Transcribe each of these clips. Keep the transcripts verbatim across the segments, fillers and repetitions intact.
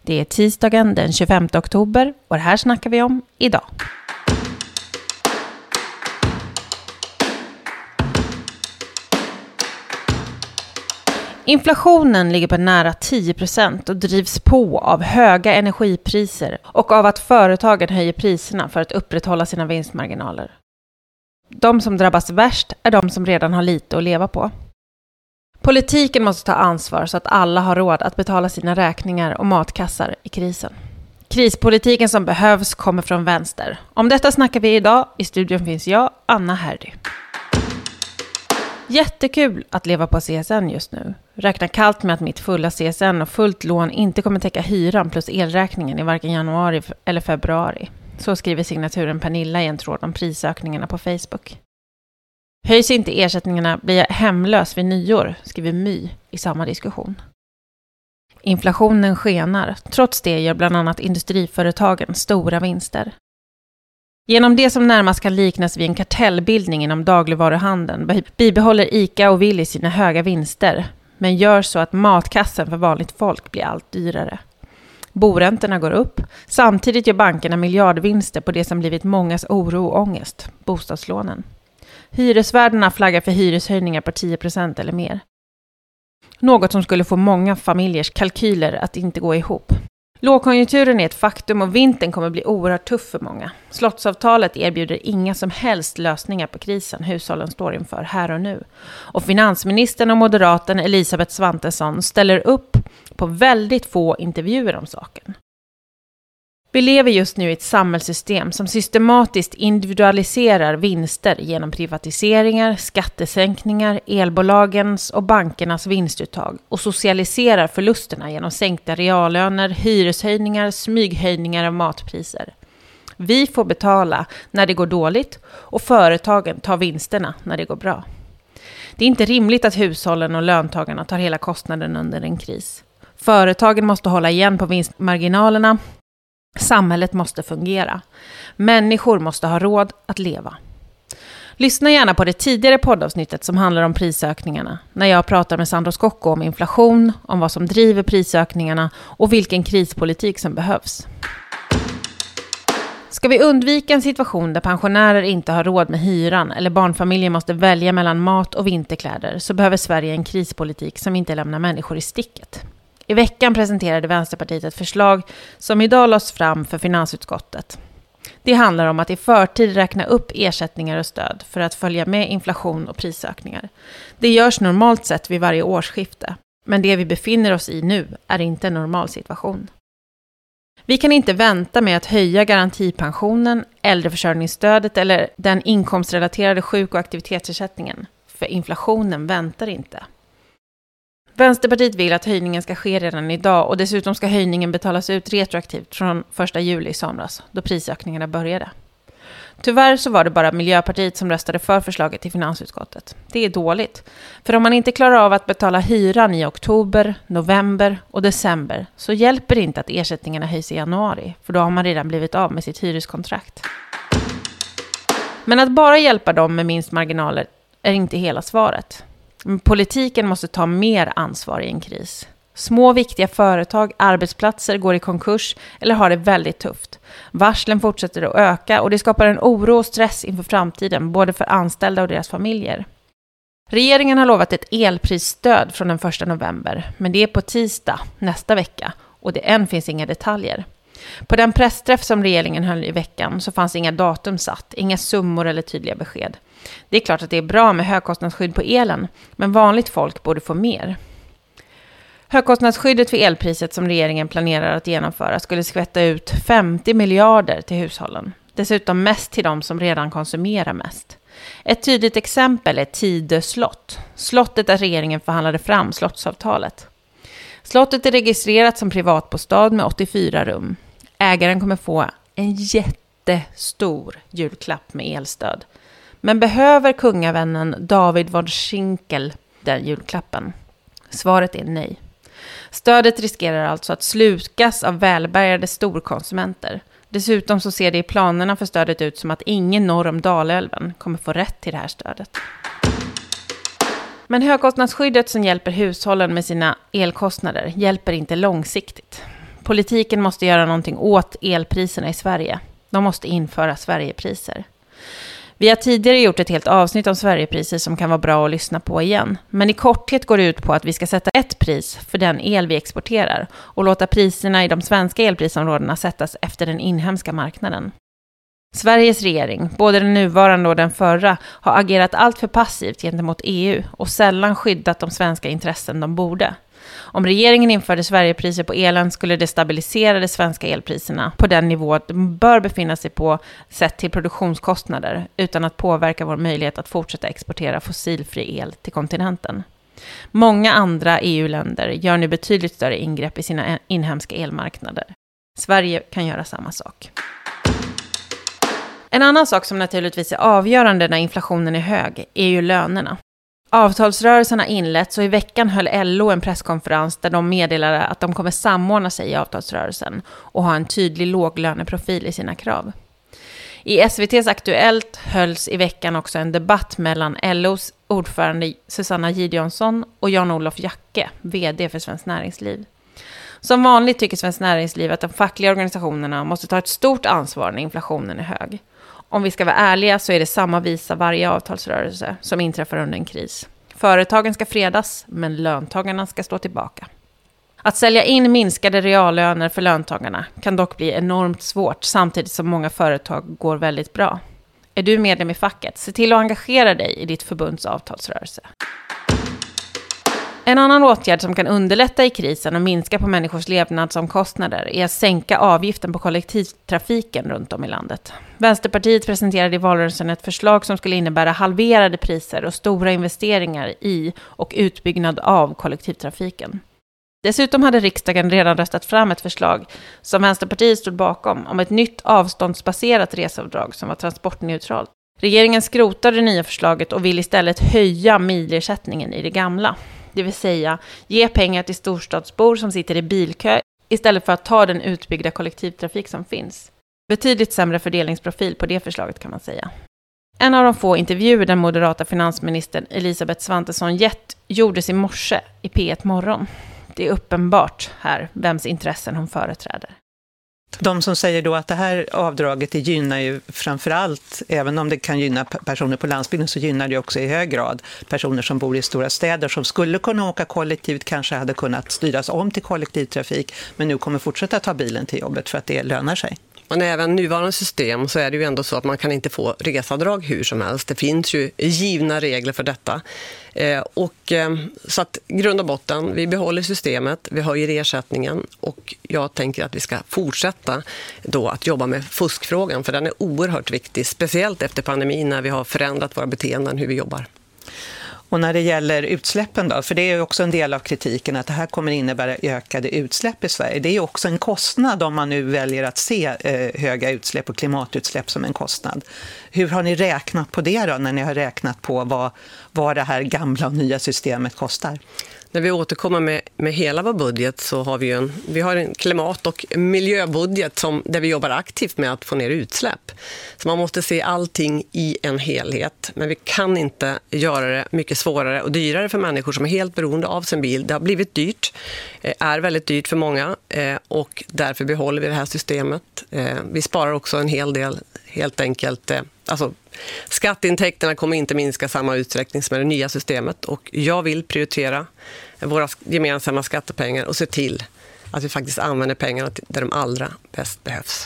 Det är tisdagen den tjugofemte oktober och det här snackar vi om idag. Inflationen ligger på nära tio procent och drivs på av höga energipriser och av att företagen höjer priserna för att upprätthålla sina vinstmarginaler. De som drabbas värst är de som redan har lite att leva på. Politiken måste ta ansvar så att alla har råd att betala sina räkningar och matkassar i krisen. Krispolitiken som behövs kommer från vänster. Om detta snackar vi idag. I studion finns jag, Anna Herdy. Jättekul att leva på C S N just nu. Räknar kallt med att mitt fulla C S N och fullt lån inte kommer täcka hyran plus elräkningen i varken januari eller februari. Så skriver signaturen Pernilla i en tråd om prisökningarna på Facebook. Höjs inte ersättningarna blir jag hemlös vid nyår, skriver My i samma diskussion. Inflationen skenar. Trots det gör bland annat industriföretagen stora vinster. Genom det som närmast kan liknas vid en kartellbildning inom dagligvaruhandeln bibehåller ICA och Willys sina höga vinster, men gör så att matkassen för vanligt folk blir allt dyrare. Boräntorna går upp, samtidigt gör bankerna miljardvinster på det som blivit mångas oro och ångest, bostadslånen. Hyresvärdarna flaggar för hyreshöjningar på tio procent eller mer. Något som skulle få många familjers kalkyler att inte gå ihop. Lågkonjunkturen är ett faktum och vintern kommer bli oerhört tuff för många. Slottsavtalet erbjuder inga som helst lösningar på krisen hushållen står inför här och nu. Och finansministern och moderaten Elisabeth Svantesson ställer upp på väldigt få intervjuer om saken. Vi lever just nu i ett samhällssystem som systematiskt individualiserar vinster genom privatiseringar, skattesänkningar, elbolagens och bankernas vinstuttag och socialiserar förlusterna genom sänkta reallöner, hyreshöjningar, smyghöjningar av matpriser. Vi får betala när det går dåligt och företagen tar vinsterna när det går bra. Det är inte rimligt att hushållen och löntagarna tar hela kostnaden under en kris. Företagen måste hålla igen på vinstmarginalerna. Samhället måste fungera. Människor måste ha råd att leva. Lyssna gärna på det tidigare poddavsnittet som handlar om prisökningarna. När jag pratar med Sandro Scocco om inflation, om vad som driver prisökningarna och vilken krispolitik som behövs. Ska vi undvika en situation där pensionärer inte har råd med hyran eller barnfamiljer måste välja mellan mat och vinterkläder så behöver Sverige en krispolitik som inte lämnar människor i sticket. I veckan presenterade Vänsterpartiet ett förslag som idag lades fram för finansutskottet. Det handlar om att i förtid räkna upp ersättningar och stöd för att följa med inflation och prisökningar. Det görs normalt sett vid varje årsskifte, men det vi befinner oss i nu är inte en normal situation. Vi kan inte vänta med att höja garantipensionen, äldreförsörjningsstödet eller den inkomstrelaterade sjuk- och aktivitetsersättningen, för inflationen väntar inte. Vänsterpartiet vill att höjningen ska ske redan idag och dessutom ska höjningen betalas ut retroaktivt från första juli i somras, då prisökningarna började. Tyvärr så var det bara Miljöpartiet som röstade för förslaget till finansutskottet. Det är dåligt, för om man inte klarar av att betala hyran i oktober, november och december så hjälper det inte att ersättningarna höjs i januari, för då har man redan blivit av med sitt hyreskontrakt. Men att bara hjälpa dem med minst marginaler är inte hela svaret. Politiken måste ta mer ansvar i en kris. Små viktiga företag, arbetsplatser går i konkurs eller har det väldigt tufft. Varslen fortsätter att öka och det skapar en oro och stress inför framtiden både för anställda och deras familjer. Regeringen har lovat ett elprisstöd från den första november, men det är på tisdag nästa vecka och det än finns inga detaljer. På den pressträff som regeringen höll i veckan så fanns inga datum satt, inga summor eller tydliga besked. Det är klart att det är bra med högkostnadsskydd på elen, men vanligt folk borde få mer. Högkostnadsskyddet för elpriset som regeringen planerar att genomföra skulle skvätta ut femtio miljarder till hushållen. Dessutom mest till de som redan konsumerar mest. Ett tydligt exempel är Tidö slott. Slottet där regeringen förhandlade fram slottsavtalet. Slottet är registrerat som privatbostad med åttiofyra rum. Ägaren kommer få en jättestor julklapp med elstöd. Men behöver kungavännen David Wodzinkel den julklappen? Svaret är nej. Stödet riskerar alltså att slukas av välbärgade storkonsumenter. Dessutom så ser det i planerna för stödet ut som att ingen norr om Dalälven kommer få rätt till det här stödet. Men högkostnadsskyddet som hjälper hushållen med sina elkostnader hjälper inte långsiktigt. Politiken måste göra någonting åt elpriserna i Sverige. De måste införa Sverigepriser. Vi har tidigare gjort ett helt avsnitt om Sverigepriser som kan vara bra att lyssna på igen. Men i korthet går det ut på att vi ska sätta ett pris för den el vi exporterar och låta priserna i de svenska elprisområdena sättas efter den inhemska marknaden. Sveriges regering, både den nuvarande och den förra, har agerat allt för passivt gentemot E U och sällan skyddat de svenska intressen de borde. Om regeringen införde Sverigepriser på elen skulle det stabilisera de svenska elpriserna på den nivå de bör befinna sig på sett till produktionskostnader utan att påverka vår möjlighet att fortsätta exportera fossilfri el till kontinenten. Många andra E U-länder gör nu betydligt större ingrepp i sina inhemska elmarknader. Sverige kan göra samma sak. En annan sak som naturligtvis är avgörande när inflationen är hög är ju lönerna. Avtalsrörelsen har inletts och i veckan höll L O en presskonferens där de meddelade att de kommer samordna sig i avtalsrörelsen och ha en tydlig låglöneprofil i sina krav. I S V T:s Aktuellt hölls i veckan också en debatt mellan L O:s ordförande Susanna Gideonsson och Jan-Olof Jacke, vd för Svenskt Näringsliv. Som vanligt tycker Svenskt Näringsliv att de fackliga organisationerna måste ta ett stort ansvar när inflationen är hög. Om vi ska vara ärliga så är det samma visa varje avtalsrörelse som inträffar under en kris. Företagen ska fredas, men löntagarna ska stå tillbaka. Att sälja in minskade reallöner för löntagarna kan dock bli enormt svårt samtidigt som många företag går väldigt bra. Är du medlem i facket? Se till att engagera dig i ditt förbunds avtalsrörelse. En annan åtgärd som kan underlätta i krisen och minska på människors levnadsomkostnader är att sänka avgiften på kollektivtrafiken runt om i landet. Vänsterpartiet presenterade i valrörelsen ett förslag som skulle innebära halverade priser och stora investeringar i och utbyggnad av kollektivtrafiken. Dessutom hade riksdagen redan röstat fram ett förslag som Vänsterpartiet stod bakom om ett nytt avståndsbaserat reseavdrag som var transportneutralt. Regeringen skrotade det nya förslaget och vill istället höja milersättningen i det gamla. Det vill säga ge pengar till storstadsbor som sitter i bilkö istället för att ta den utbyggda kollektivtrafik som finns. Betydligt sämre fördelningsprofil på det förslaget kan man säga. En av de få intervjuer den moderata finansministern Elisabeth Svantesson gett gjordes i morse i P ett Morgon. Det är uppenbart här vems intressen hon företräder. De som säger då att det här avdraget det gynnar ju framförallt, även om det kan gynna personer på landsbygden så gynnar det också i hög grad personer som bor i stora städer som skulle kunna åka kollektivt, kanske hade kunnat styras om till kollektivtrafik men nu kommer fortsätta ta bilen till jobbet för att det lönar sig. Men även nuvarande system så är det ju ändå så att man kan inte få reseavdrag hur som helst. Det finns ju givna regler för detta. Eh, och, eh, så att grund och botten, vi behåller systemet, vi höjer ersättningen och jag tänker att vi ska fortsätta då att jobba med fuskfrågan för den är oerhört viktig, speciellt efter pandemin när vi har förändrat våra beteenden, hur vi jobbar. Och när det gäller utsläppen då, för det är ju också en del av kritiken att det här kommer innebära ökade utsläpp i Sverige. Det är ju också en kostnad om man nu väljer att se eh, höga utsläpp och klimatutsläpp som en kostnad. Hur har ni räknat på det då när ni har räknat på vad, vad det här gamla och nya systemet kostar? När vi återkommer med, med hela vår budget så har vi ju en, vi har en klimat- och miljöbudget som, där vi jobbar aktivt med att få ner utsläpp. Så man måste se allting i en helhet. Men vi kan inte göra det mycket svårare och dyrare för människor som är helt beroende av sin bil. Det har blivit dyrt, är väldigt dyrt för många och därför behåller vi det här systemet. Vi sparar också en hel del helt enkelt. Alltså, skatteintäkterna kommer inte minska samma utsträckning som är det nya systemet och jag vill prioritera våra gemensamma skattepengar och se till att vi faktiskt använder pengarna där de allra bäst behövs.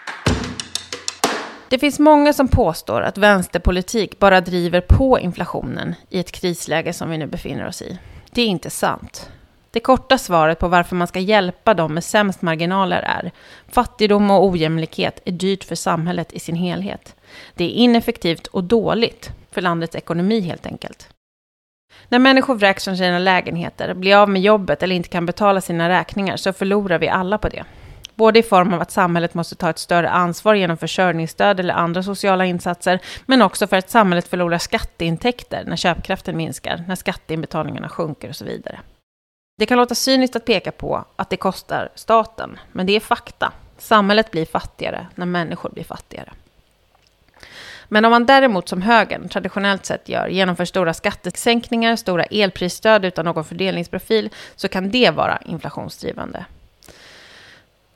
Det finns många som påstår att vänsterpolitik bara driver på inflationen i ett krisläge som vi nu befinner oss i. Det är inte sant. Det korta svaret på varför man ska hjälpa dem med sämst marginaler är fattigdom och ojämlikhet är dyrt för samhället i sin helhet. Det är ineffektivt och dåligt för landets ekonomi helt enkelt. När människor vräks från sina lägenheter, blir av med jobbet eller inte kan betala sina räkningar så förlorar vi alla på det. Både i form av att samhället måste ta ett större ansvar genom försörjningsstöd eller andra sociala insatser, men också för att samhället förlorar skatteintäkter när köpkraften minskar, när skatteinbetalningarna sjunker och så vidare. Det kan låta cyniskt att peka på att det kostar staten, men det är fakta. Samhället blir fattigare när människor blir fattigare. Men om man däremot som högern traditionellt sett gör, genomför stora skattesänkningar, stora elprisstöd utan någon fördelningsprofil, så kan det vara inflationsdrivande.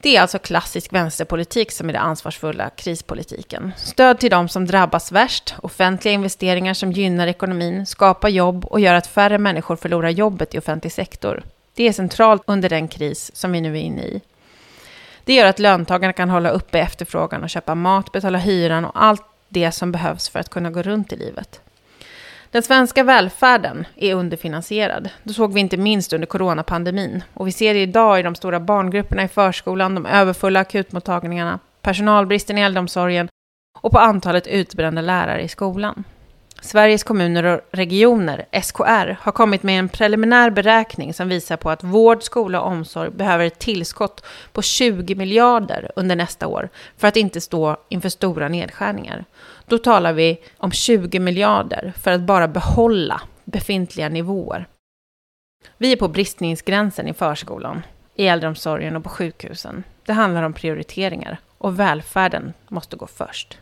Det är alltså klassisk vänsterpolitik som är det ansvarsfulla krispolitiken. Stöd till de som drabbas värst, offentliga investeringar som gynnar ekonomin, skapar jobb och gör att färre människor förlorar jobbet i offentlig sektor. Det är centralt under den kris som vi nu är inne i. Det gör att löntagarna kan hålla uppe efterfrågan och köpa mat, betala hyran och allt det som behövs för att kunna gå runt i livet. Den svenska välfärden är underfinansierad. Det såg vi inte minst under coronapandemin. Och vi ser det idag i de stora barngrupperna i förskolan, de överfulla akutmottagningarna, personalbristen i äldreomsorgen och på antalet utbrända lärare i skolan. Sveriges kommuner och regioner, S K R, har kommit med en preliminär beräkning som visar på att vård, skola och omsorg behöver ett tillskott på tjugo miljarder under nästa år för att inte stå inför stora nedskärningar. Då talar vi om tjugo miljarder för att bara behålla befintliga nivåer. Vi är på bristningsgränsen i förskolan, i äldreomsorgen och på sjukhusen. Det handlar om prioriteringar och välfärden måste gå först.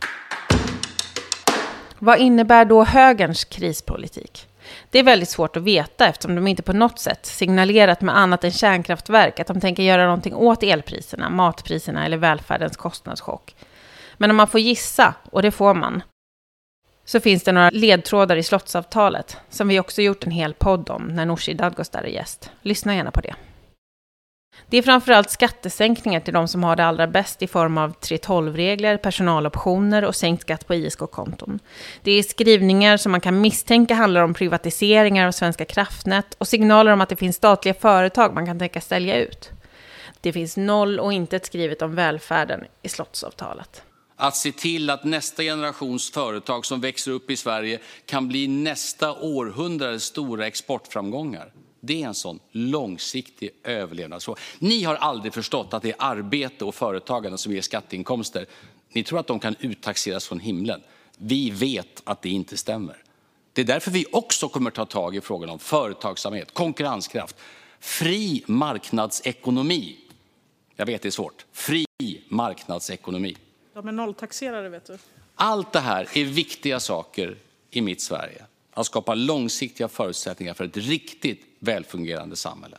Vad innebär då högerns krispolitik? Det är väldigt svårt att veta eftersom de inte på något sätt signalerat med annat än kärnkraftverk att de tänker göra någonting åt elpriserna, matpriserna eller välfärdens kostnadschock. Men om man får gissa, och det får man, så finns det några ledtrådar i slottsavtalet som vi också gjort en hel podd om när Nooshi Dadgostar är gäst. Lyssna gärna på det. Det är framförallt skattesänkningar till de som har det allra bäst i form av tre tolv-regler, personaloptioner och sänkt skatt på I S K-konton. Det är skrivningar som man kan misstänka handlar om privatiseringar av Svenska kraftnät och signaler om att det finns statliga företag man kan tänka sälja ut. Det finns noll och intet skrivet om välfärden i slottsavtalet. Att se till att nästa generations företag som växer upp i Sverige kan bli nästa århundrades stora exportframgångar. Det är en sån långsiktig överlevnadsfråga. Ni har aldrig förstått att det är arbete och företagande som ger skatteinkomster. Ni tror att de kan uttaxeras från himlen. Vi vet att det inte stämmer. Det är därför vi också kommer ta tag i frågan om företagsamhet, konkurrenskraft, fri marknadsekonomi. Jag vet det är svårt. Fri marknadsekonomi. De är nolltaxerare, vet du. Allt det här är viktiga saker i mitt Sverige. Att skapa långsiktiga förutsättningar för ett riktigt välfungerande samhälle.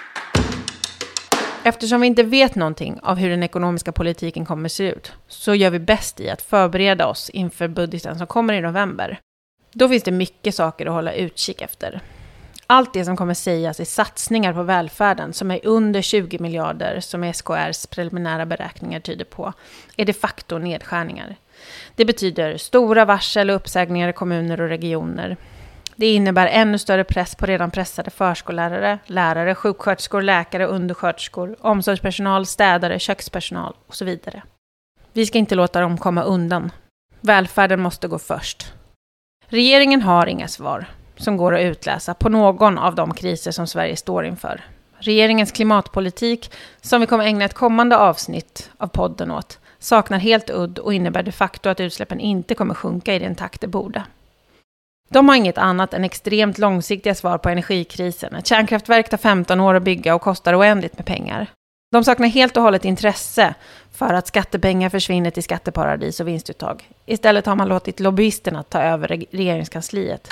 Eftersom vi inte vet någonting av hur den ekonomiska politiken kommer se ut så gör vi bäst i att förbereda oss inför budgeten som kommer i november. Då finns det mycket saker att hålla utkik efter. Allt det som kommer sägas är satsningar på välfärden som är under tjugo miljarder som S K R:s preliminära beräkningar tyder på är de facto nedskärningar. Det betyder stora varsel och uppsägningar i kommuner och regioner. Det innebär ännu större press på redan pressade förskollärare, lärare, sjuksköterskor, läkare, undersköterskor, omsorgspersonal, städare, kökspersonal och så vidare. Vi ska inte låta dem komma undan. Välfärden måste gå först. Regeringen har inga svar som går att utläsa på någon av de kriser som Sverige står inför. Regeringens klimatpolitik, som vi kommer ägna ett kommande avsnitt av podden åt, saknar helt udd och innebär de facto att utsläppen inte kommer sjunka i den takt det borde. De har inget annat än extremt långsiktiga svar på energikrisen. Ett kärnkraftverk tar femton år att bygga och kostar oändligt med pengar. De saknar helt och hållet intresse för att skattepengar försvinner till skatteparadis och vinstuttag. Istället har man låtit lobbyisterna ta över regeringskansliet.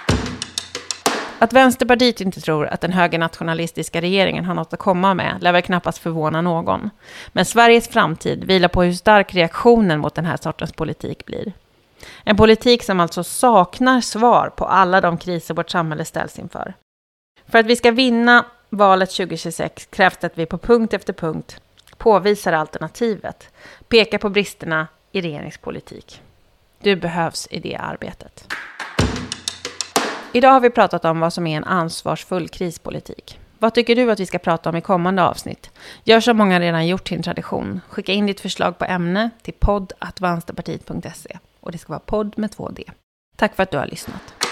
Att Vänsterpartiet inte tror att den högernationalistiska regeringen har något att komma med lär väl knappast förvåna någon. Men Sveriges framtid vilar på hur stark reaktionen mot den här sortens politik blir. En politik som alltså saknar svar på alla de kriser vårt samhälle ställs inför. För att vi ska vinna valet tjugo tjugosex krävs det att vi på punkt efter punkt påvisar alternativet, pekar på bristerna i regeringspolitik. Du behövs i det arbetet. Idag har vi pratat om vad som är en ansvarsfull krispolitik. Vad tycker du att vi ska prata om i kommande avsnitt? Gör som många redan gjort till en tradition. Skicka in ditt förslag på ämne till podd at vänsterpartiet punkt se. Och det ska vara podd med två D. Tack för att du har lyssnat.